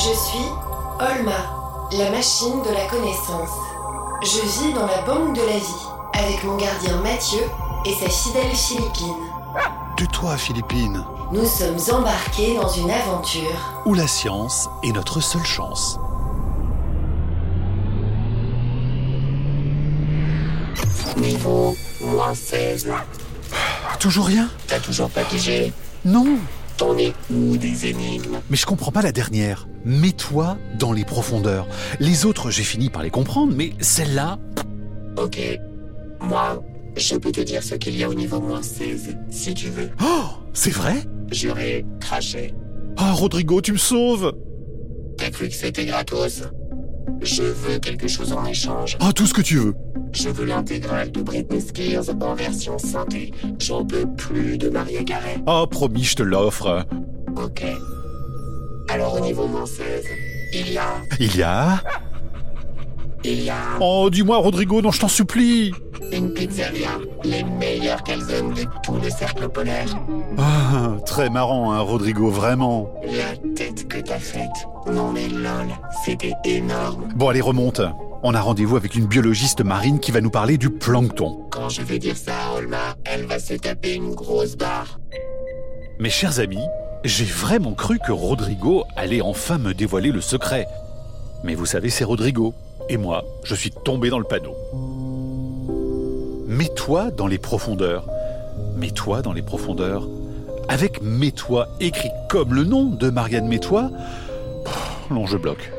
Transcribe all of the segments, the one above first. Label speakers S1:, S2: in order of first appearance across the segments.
S1: Je suis Olma, la machine de la connaissance. Je vis dans la banque de la vie, avec mon gardien Mathieu et sa fidèle Philippine.
S2: Tais-toi, Philippine.
S1: Nous sommes embarqués dans une aventure
S2: Où la science est notre seule chance.
S3: Niveau moins 16.
S2: Toujours rien ?
S3: T'as toujours pas pigé?
S2: Non.
S3: T'en es où des énigmes?
S2: Mais je comprends pas la dernière. Mets-toi dans les profondeurs. Les autres, j'ai fini par les comprendre, mais celle-là...
S3: Ok. Moi, je peux te dire ce qu'il y a au niveau moins 16, si tu veux.
S2: Oh, c'est vrai ?
S3: J'aurais craché.
S2: Ah, Rodrigo, tu me sauves.
S3: T'as cru que c'était gratos? Je veux quelque chose en échange.
S2: Ah, tout ce que tu veux.
S3: Je veux l'intégrale de Britney Spears en version synthé. J'en peux plus de Maria Carey.
S2: Ah, promis, je te l'offre.
S3: Ok. Alors au niveau moins 16, il y a...
S2: Oh, dis-moi, Rodrigo, non, je t'en supplie.
S3: Une pizzeria, les meilleures calzones de tout le cercle polaire.
S2: Ah, très marrant, hein, Rodrigo, vraiment.
S3: La tête que t'as faite. Non mais lol, c'était énorme.
S2: Bon, allez, remonte. On a rendez-vous avec une biologiste marine qui va nous parler du plancton.
S3: Quand je vais dire ça à Olma, elle va se taper une grosse barre.
S2: Mes chers amis, j'ai vraiment cru que Rodrigo allait enfin me dévoiler le secret. Mais vous savez, c'est Rodrigo. Et moi, je suis tombé dans le panneau. Mets-toi dans les profondeurs. Mets-toi dans les profondeurs. Avec Mets-toi écrit comme le nom de Marianne Mets-toi, non, je bloque.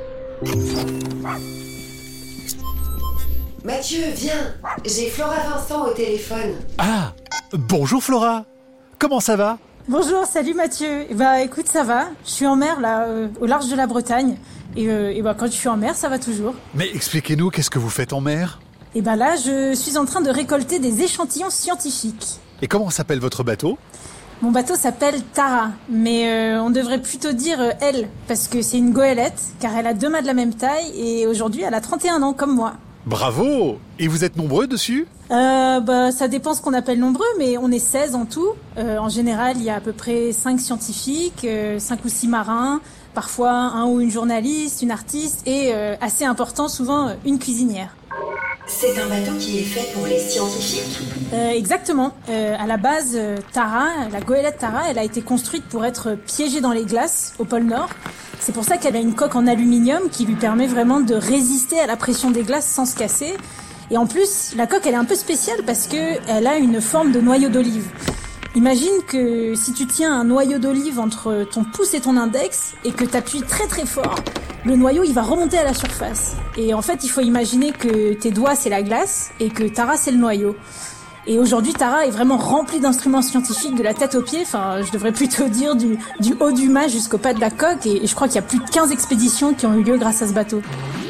S1: Mathieu, viens. J'ai Flora Vincent au téléphone.
S2: Ah, bonjour Flora. Comment ça va ?
S4: Bonjour, salut Mathieu. Écoute, ça va. Je suis en mer là, au large de la Bretagne. Et quand je suis en mer, ça va toujours.
S2: Mais expliquez-nous, qu'est-ce que vous faites en mer ?
S4: Là, je suis en train de récolter des échantillons scientifiques.
S2: Et comment s'appelle votre bateau ?
S4: Mon bateau s'appelle Tara, mais on devrait plutôt dire elle, parce que c'est une goélette, car elle a 2 mâts de la même taille, et aujourd'hui elle a 31 ans, comme moi.
S2: Bravo ! Et vous êtes nombreux dessus ?
S4: Ça dépend ce qu'on appelle nombreux, mais on est 16 en tout. En général, il y a à peu près 5 scientifiques, 5 ou 6 marins, parfois un ou une journaliste, une artiste, et assez important, souvent une cuisinière.
S1: C'est un bateau qui est fait pour les scientifiques.
S4: Exactement. À la base, Tara, la goélette Tara, elle a été construite pour être piégée dans les glaces au pôle Nord. C'est pour ça qu'elle a une coque en aluminium qui lui permet vraiment de résister à la pression des glaces sans se casser. Et en plus, la coque, elle est un peu spéciale parce que elle a une forme de noyau d'olive. Imagine que si tu tiens un noyau d'olive entre ton pouce et ton index et que tu appuies très très fort, le noyau il va remonter à la surface. Et en fait, il faut imaginer que tes doigts c'est la glace et que Tara c'est le noyau. Et aujourd'hui, Tara est vraiment remplie d'instruments scientifiques de la tête aux pieds. Enfin, je devrais plutôt dire du haut du mât jusqu'au pas de la coque. Et je crois qu'il y a plus de 15 expéditions qui ont eu lieu grâce à ce bateau.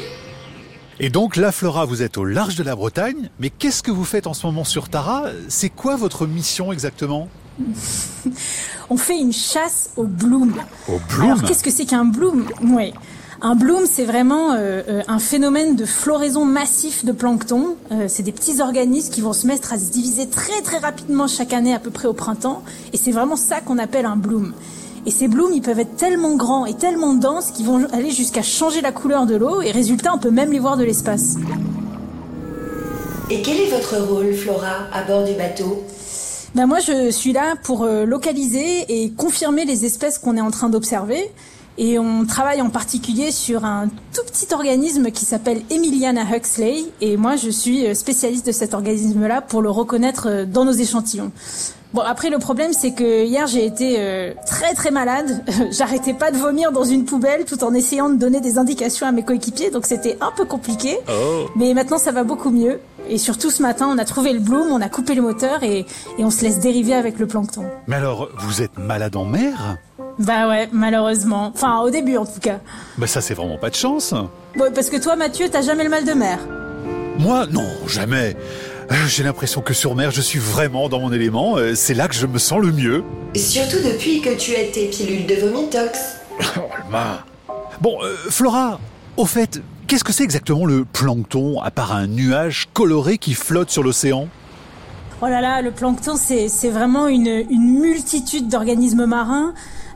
S2: Et donc là, Flora, vous êtes au large de la Bretagne. Mais qu'est-ce que vous faites en ce moment sur Tara ? C'est quoi votre mission exactement ?
S4: On fait une chasse au bloom.
S2: Au bloom ?
S4: Alors, qu'est-ce que c'est qu'un bloom ? Ouais. Un bloom, c'est vraiment un phénomène de floraison massif de plancton. C'est des petits organismes qui vont se mettre à se diviser très très rapidement chaque année, à peu près au printemps. Et c'est vraiment ça qu'on appelle un bloom. Et ces blooms, ils peuvent être tellement grands et tellement denses qu'ils vont aller jusqu'à changer la couleur de l'eau. Et résultat, on peut même les voir de l'espace.
S1: Et quel est votre rôle, Flora, à bord du bateau ?
S4: Moi, je suis là pour localiser et confirmer les espèces qu'on est en train d'observer. Et on travaille en particulier sur un tout petit organisme qui s'appelle Emiliana Huxley. Et moi, je suis spécialiste de cet organisme-là pour le reconnaître dans nos échantillons. Bon, après, le problème, c'est que hier, j'ai été très très malade. J'arrêtais pas de vomir dans une poubelle tout en essayant de donner des indications à mes coéquipiers. Donc, c'était un peu compliqué. Oh. Mais maintenant, ça va beaucoup mieux. Et surtout, ce matin, on a trouvé le bloom, on a coupé le moteur et on se laisse dériver avec le plancton.
S2: Mais alors, vous êtes malade en mer ?
S4: Ouais, malheureusement. Enfin, au début, en tout cas.
S2: Ça, c'est vraiment pas de chance.
S4: Ouais, parce que toi, Mathieu, t'as jamais le mal de mer.
S2: Moi, non, jamais. J'ai l'impression que sur mer, je suis vraiment dans mon élément. C'est là que je me sens le mieux.
S1: Surtout depuis que tu as tes pilules de vomitox.
S2: Bon, Flora, au fait, qu'est-ce que c'est exactement le plancton, à part un nuage coloré qui flotte sur l'océan ?
S4: Oh là là, le plancton, c'est vraiment une multitude d'organismes marins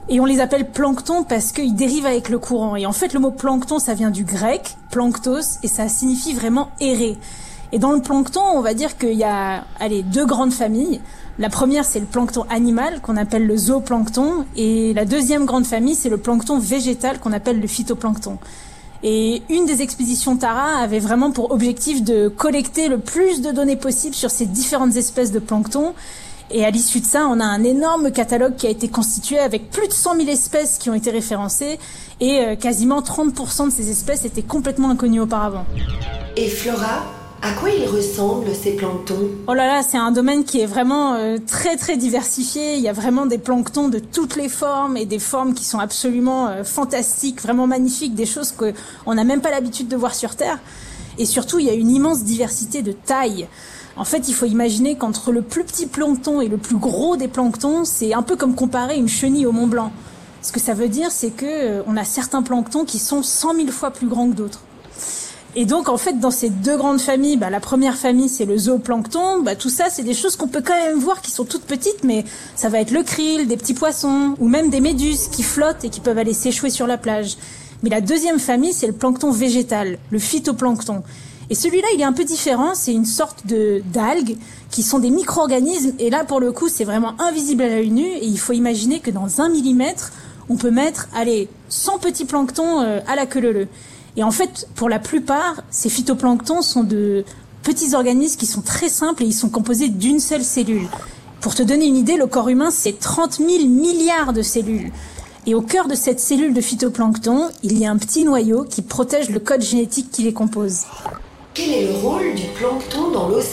S4: Et on les appelle planctons parce qu'ils dérivent avec le courant. Et en fait, le mot plancton, ça vient du grec, planctos, et ça signifie vraiment errer. Et dans le plancton, on va dire qu'il y a, deux grandes familles. La première, c'est le plancton animal, qu'on appelle le zooplancton. Et la deuxième grande famille, c'est le plancton végétal, qu'on appelle le phytoplancton. Et une des expéditions Tara avait vraiment pour objectif de collecter le plus de données possible sur ces différentes espèces de plancton. Et à l'issue de ça, on a un énorme catalogue qui a été constitué avec plus de 100 000 espèces qui ont été référencées. Et quasiment 30% de ces espèces étaient complètement inconnues auparavant.
S1: Et Flora, à quoi ils ressemblent ces planctons ?
S4: Oh là là, c'est un domaine qui est vraiment très très diversifié. Il y a vraiment des planctons de toutes les formes et des formes qui sont absolument fantastiques, vraiment magnifiques, des choses qu'on n'a même pas l'habitude de voir sur Terre. Et surtout, il y a une immense diversité de tailles. En fait, il faut imaginer qu'entre le plus petit plancton et le plus gros des planctons, c'est un peu comme comparer une chenille au Mont Blanc. Ce que ça veut dire, c'est que on a certains planctons qui sont 100 000 fois plus grands que d'autres. Et donc, en fait, dans ces deux grandes familles, la première famille, c'est le zooplancton. Tout ça, c'est des choses qu'on peut quand même voir qui sont toutes petites, mais ça va être le krill, des petits poissons, ou même des méduses qui flottent et qui peuvent aller s'échouer sur la plage. Mais la deuxième famille, c'est le plancton végétal, le phytoplancton. Et celui-là, il est un peu différent, c'est une sorte d'algues qui sont des micro-organismes, et là, pour le coup, c'est vraiment invisible à l'œil nu, et il faut imaginer que dans 1 millimètre, on peut mettre, 100 petits planctons à la queue leu-leu. Et en fait, pour la plupart, ces phytoplanctons sont de petits organismes qui sont très simples et ils sont composés d'une seule cellule. Pour te donner une idée, le corps humain, c'est 30 000 milliards de cellules. Et au cœur de cette cellule de phytoplancton, il y a un petit noyau qui protège le code génétique qui les compose.
S1: Quel est le rôle du plancton dans l'océan ?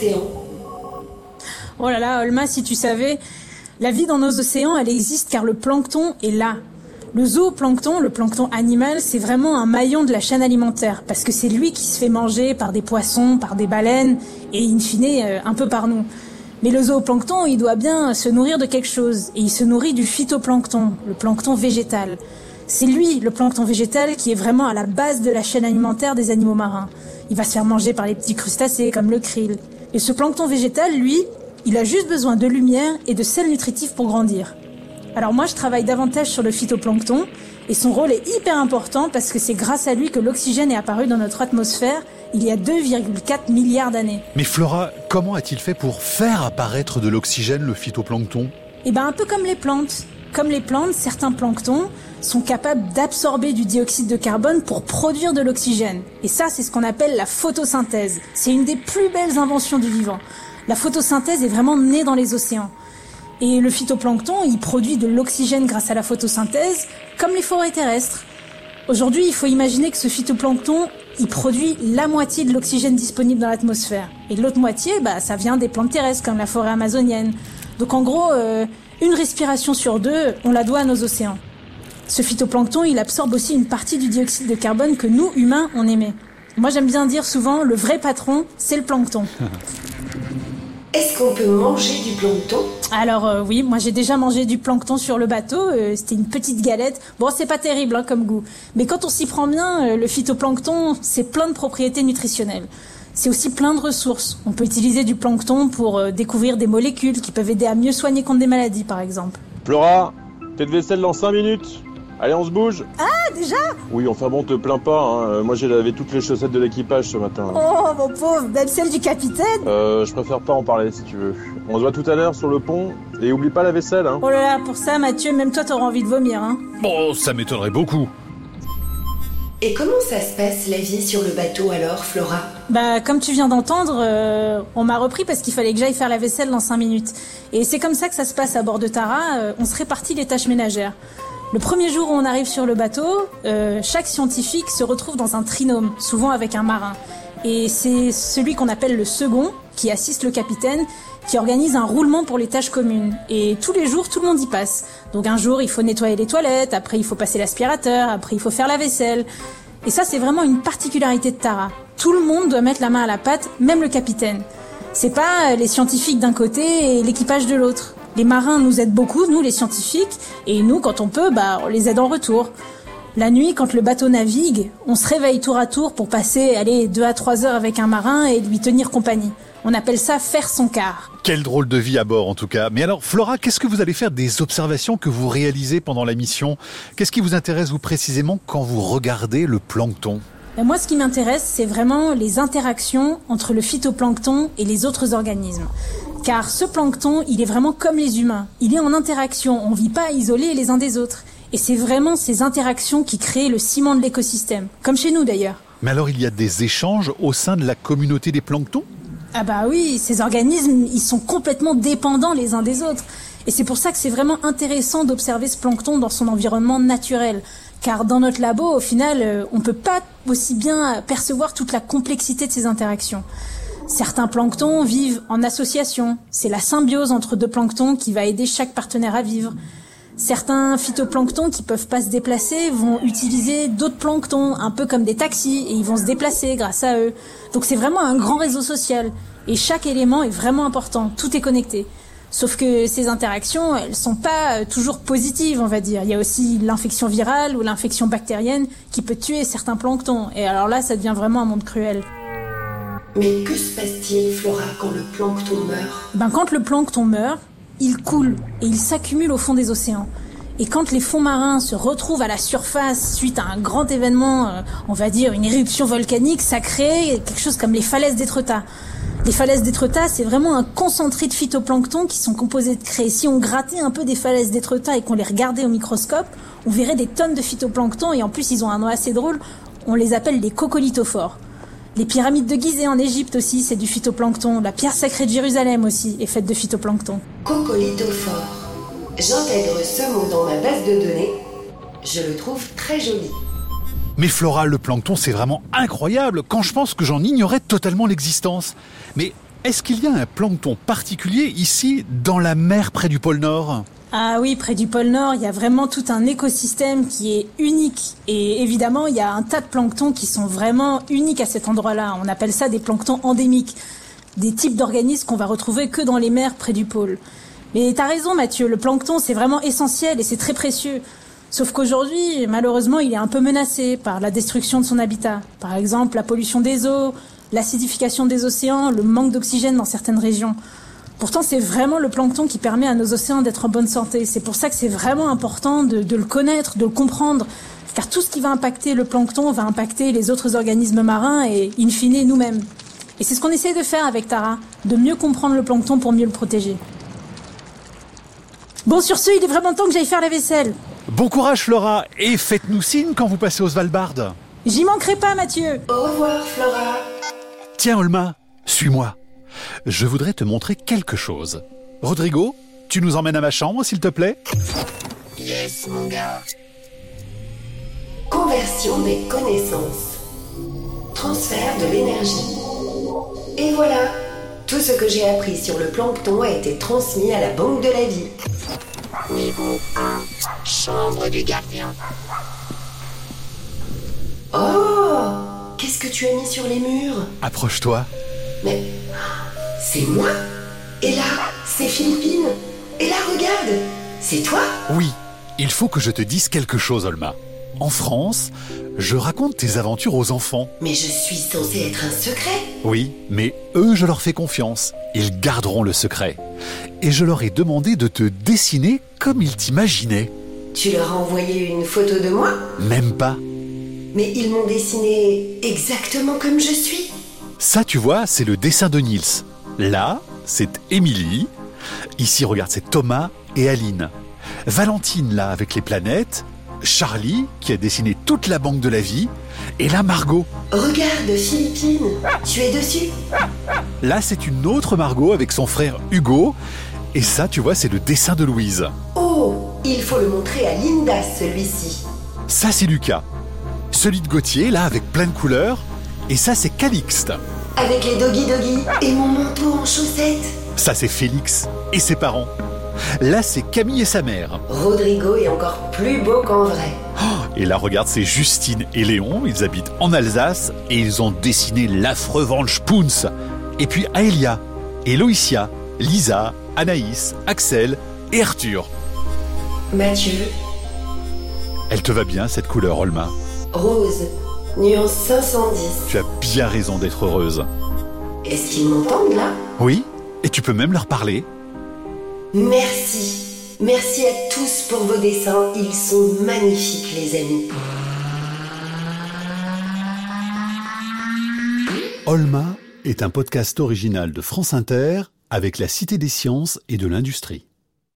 S4: Oh là là, Olma, si tu savais, la vie dans nos océans, elle existe car le plancton est là. Le zooplancton, le plancton animal, c'est vraiment un maillon de la chaîne alimentaire parce que c'est lui qui se fait manger par des poissons, par des baleines et in fine un peu par nous. Mais le zooplancton, il doit bien se nourrir de quelque chose et il se nourrit du phytoplancton, le plancton végétal. C'est lui, le plancton végétal, qui est vraiment à la base de la chaîne alimentaire des animaux marins. Il va se faire manger par les petits crustacés comme le krill. Et ce plancton végétal, lui, il a juste besoin de lumière et de sels nutritifs pour grandir. Alors moi, je travaille davantage sur le phytoplancton et son rôle est hyper important parce que c'est grâce à lui que l'oxygène est apparu dans notre atmosphère il y a 2,4 milliards d'années.
S2: Mais Flora, comment a-t-il fait pour faire apparaître de l'oxygène, le phytoplancton ?
S4: Un peu comme les plantes. Comme les plantes, certains planctons sont capables d'absorber du dioxyde de carbone pour produire de l'oxygène. Et ça, c'est ce qu'on appelle la photosynthèse. C'est une des plus belles inventions du vivant. La photosynthèse est vraiment née dans les océans. Et le phytoplancton, il produit de l'oxygène grâce à la photosynthèse, comme les forêts terrestres. Aujourd'hui, il faut imaginer que ce phytoplancton, il produit la moitié de l'oxygène disponible dans l'atmosphère. Et l'autre moitié, ça vient des plantes terrestres, comme la forêt amazonienne. Donc en gros, une respiration sur 2, on la doit à nos océans. Ce phytoplancton, il absorbe aussi une partie du dioxyde de carbone que nous, humains, on émet. Moi, j'aime bien dire souvent, le vrai patron, c'est le plancton.
S1: Est-ce qu'on peut manger du plancton ?
S4: Alors oui, moi j'ai déjà mangé du plancton sur le bateau, c'était une petite galette. Bon, c'est pas terrible comme goût, mais quand on s'y prend bien, le phytoplancton, c'est plein de propriétés nutritionnelles. C'est aussi plein de ressources. On peut utiliser du plancton pour découvrir des molécules qui peuvent aider à mieux soigner contre des maladies, par exemple.
S5: Flora, t'es de vaisselle dans 5 minutes. Allez, on se bouge.
S4: Ah, déjà ?
S5: Oui, enfin bon, te plains pas, hein. Moi j'ai lavé toutes les chaussettes de l'équipage ce matin.
S4: Oh, mon pauvre, même celle du capitaine ?
S5: Je préfère pas en parler si tu veux. On se voit tout à l'heure sur le pont, et oublie pas la vaisselle, hein.
S4: Oh là là, pour ça, Mathieu, même toi t'auras envie de vomir, hein.
S2: Bon, ça m'étonnerait beaucoup.
S1: Et comment ça se passe la vie sur le bateau alors, Flora ?
S4: Comme tu viens d'entendre, on m'a repris parce qu'il fallait que j'aille faire la vaisselle dans 5 minutes. Et c'est comme ça que ça se passe à bord de Tara, on se répartit les tâches ménagères. Le premier jour où on arrive sur le bateau, chaque scientifique se retrouve dans un trinôme, souvent avec un marin. Et c'est celui qu'on appelle le second, qui assiste le capitaine, qui organise un roulement pour les tâches communes. Et tous les jours, tout le monde y passe. Donc un jour, il faut nettoyer les toilettes, après il faut passer l'aspirateur, après il faut faire la vaisselle. Et ça, c'est vraiment une particularité de Tara. Tout le monde doit mettre la main à la pâte, même le capitaine. C'est pas les scientifiques d'un côté et l'équipage de l'autre. Les marins nous aident beaucoup, nous les scientifiques, et nous, quand on peut, on les aide en retour. La nuit, quand le bateau navigue, on se réveille tour à tour pour passer 2 à 3 heures avec un marin et lui tenir compagnie. On appelle ça faire son quart.
S2: Quelle drôle de vie à bord en tout cas. Mais alors Flora, qu'est-ce que vous allez faire des observations que vous réalisez pendant la mission ? Qu'est-ce qui vous intéresse vous précisément quand vous regardez le plancton ?
S4: Moi, ce qui m'intéresse, c'est vraiment les interactions entre le phytoplancton et les autres organismes. Car ce plancton, il est vraiment comme les humains. Il est en interaction, on ne vit pas isolés les uns des autres. Et c'est vraiment ces interactions qui créent le ciment de l'écosystème, comme chez nous d'ailleurs.
S2: Mais alors il y a des échanges au sein de la communauté des planctons ?
S4: Ah bah oui, ces organismes, ils sont complètement dépendants les uns des autres. Et c'est pour ça que c'est vraiment intéressant d'observer ce plancton dans son environnement naturel. Car dans notre labo, au final, on peut pas aussi bien percevoir toute la complexité de ces interactions. Certains planctons vivent en association. C'est la symbiose entre deux planctons qui va aider chaque partenaire à vivre. Certains phytoplanctons qui peuvent pas se déplacer vont utiliser d'autres planctons, un peu comme des taxis, et ils vont se déplacer grâce à eux. Donc c'est vraiment un grand réseau social. Et chaque élément est vraiment important, tout est connecté. Sauf que ces interactions, elles sont pas toujours positives, on va dire. Il y a aussi l'infection virale ou l'infection bactérienne qui peut tuer certains planctons. Et alors là, ça devient vraiment un monde cruel.
S1: Mais que se passe-t-il, Flora, quand le plancton meurt ?
S4: Quand le plancton meurt, il coule et il s'accumule au fond des océans. Et quand les fonds marins se retrouvent à la surface suite à un grand événement, on va dire une éruption volcanique, ça crée quelque chose comme les falaises d'Étretat. Les falaises d'Étretat, c'est vraiment un concentré de phytoplancton qui sont composés de craie. Si on grattait un peu des falaises d'Étretat et qu'on les regardait au microscope, on verrait des tonnes de phytoplancton et en plus ils ont un nom assez drôle, on les appelle les coccolithophores. Les pyramides de Gizeh en Égypte aussi, c'est du phytoplancton. La pierre sacrée de Jérusalem aussi est faite de phytoplancton.
S1: Coccolithophore. J'intègre ce mot dans ma base de données. Je le trouve très joli.
S2: Mais Flora, le plancton, c'est vraiment incroyable quand je pense que j'en ignorais totalement l'existence. Mais est-ce qu'il y a un plancton particulier ici, dans la mer près du pôle Nord ?
S4: Ah oui, près du pôle Nord, il y a vraiment tout un écosystème qui est unique. Et évidemment, il y a un tas de planctons qui sont vraiment uniques à cet endroit-là. On appelle ça des planctons endémiques. Des types d'organismes qu'on va retrouver que dans les mers près du pôle. Mais t'as raison Mathieu, le plancton c'est vraiment essentiel et c'est très précieux. Sauf qu'aujourd'hui, malheureusement, il est un peu menacé par la destruction de son habitat. Par exemple, la pollution des eaux, l'acidification des océans, le manque d'oxygène dans certaines régions. Pourtant, c'est vraiment le plancton qui permet à nos océans d'être en bonne santé. C'est pour ça que c'est vraiment important de le connaître, de le comprendre. Car tout ce qui va impacter le plancton va impacter les autres organismes marins et, in fine, nous-mêmes. Et c'est ce qu'on essaie de faire avec Tara, de mieux comprendre le plancton pour mieux le protéger. Bon, sur ce, il est vraiment temps que j'aille faire la vaisselle.
S2: Bon courage Flora, et faites-nous signe quand vous passez au Svalbard.
S4: J'y manquerai pas, Mathieu.
S1: Au revoir, Flora.
S2: Tiens Olma, suis-moi. Je voudrais te montrer quelque chose. Rodrigo, tu nous emmènes à ma chambre, s'il te plaît ?
S3: Yes, mon gars.
S1: Conversion des connaissances. Transfert de l'énergie. Et voilà, tout ce que j'ai appris sur le plancton a été transmis à la banque de la vie.
S3: Niveau 1, chambre du gardien.
S1: Oh, qu'est-ce que tu as mis sur les murs ?
S2: Approche-toi.
S1: Mais c'est moi ? Et là, c'est Philippine ? Et là, regarde, c'est toi ?
S2: Oui, il faut que je te dise quelque chose, Olma. En France, je raconte tes aventures aux enfants.
S1: Mais je suis censée être un secret ?
S2: Oui, mais eux, je leur fais confiance. Ils garderont le secret. Et je leur ai demandé de te dessiner comme ils t'imaginaient.
S1: Tu leur as envoyé une photo de moi ?
S2: Même pas.
S1: Mais ils m'ont dessiné exactement comme je suis.
S2: Ça, tu vois, c'est le dessin de Niels. Là, c'est Émilie. Ici, regarde, c'est Thomas et Aline. Valentine, là, avec les planètes. Charlie, qui a dessiné toute la banque de la vie. Et là, Margot.
S1: Regarde, Philippine, tu es dessus.
S2: Là, c'est une autre Margot avec son frère Hugo. Et ça, tu vois, c'est le dessin de Louise.
S1: Oh, il faut le montrer à Linda, celui-ci.
S2: Ça, c'est Lucas. Celui de Gauthier, là, avec plein de couleurs. Et ça, c'est Calixte.
S1: Avec les doggy et mon manteau en chaussettes.
S2: Ça, c'est Félix et ses parents. Là, c'est Camille et sa mère.
S1: Rodrigo est encore plus beau qu'en vrai.
S2: Et là, regarde, c'est Justine et Léon. Ils habitent en Alsace et ils ont dessiné l'affreux Van Spoons. Et puis Aelia, et Loïcia, Lisa, Anaïs, Axel et Arthur.
S1: Mathieu.
S2: Elle te va bien, cette couleur, Olma?
S1: Rose, nuance 510.
S2: Tu as bien raison d'être heureuse.
S1: Est-ce qu'ils m'entendent là?
S2: Oui, et tu peux même leur parler.
S1: Merci. Merci à tous pour vos dessins. Ils sont magnifiques, les amis.
S2: Olma est un podcast original de France Inter avec la Cité des sciences et de l'industrie.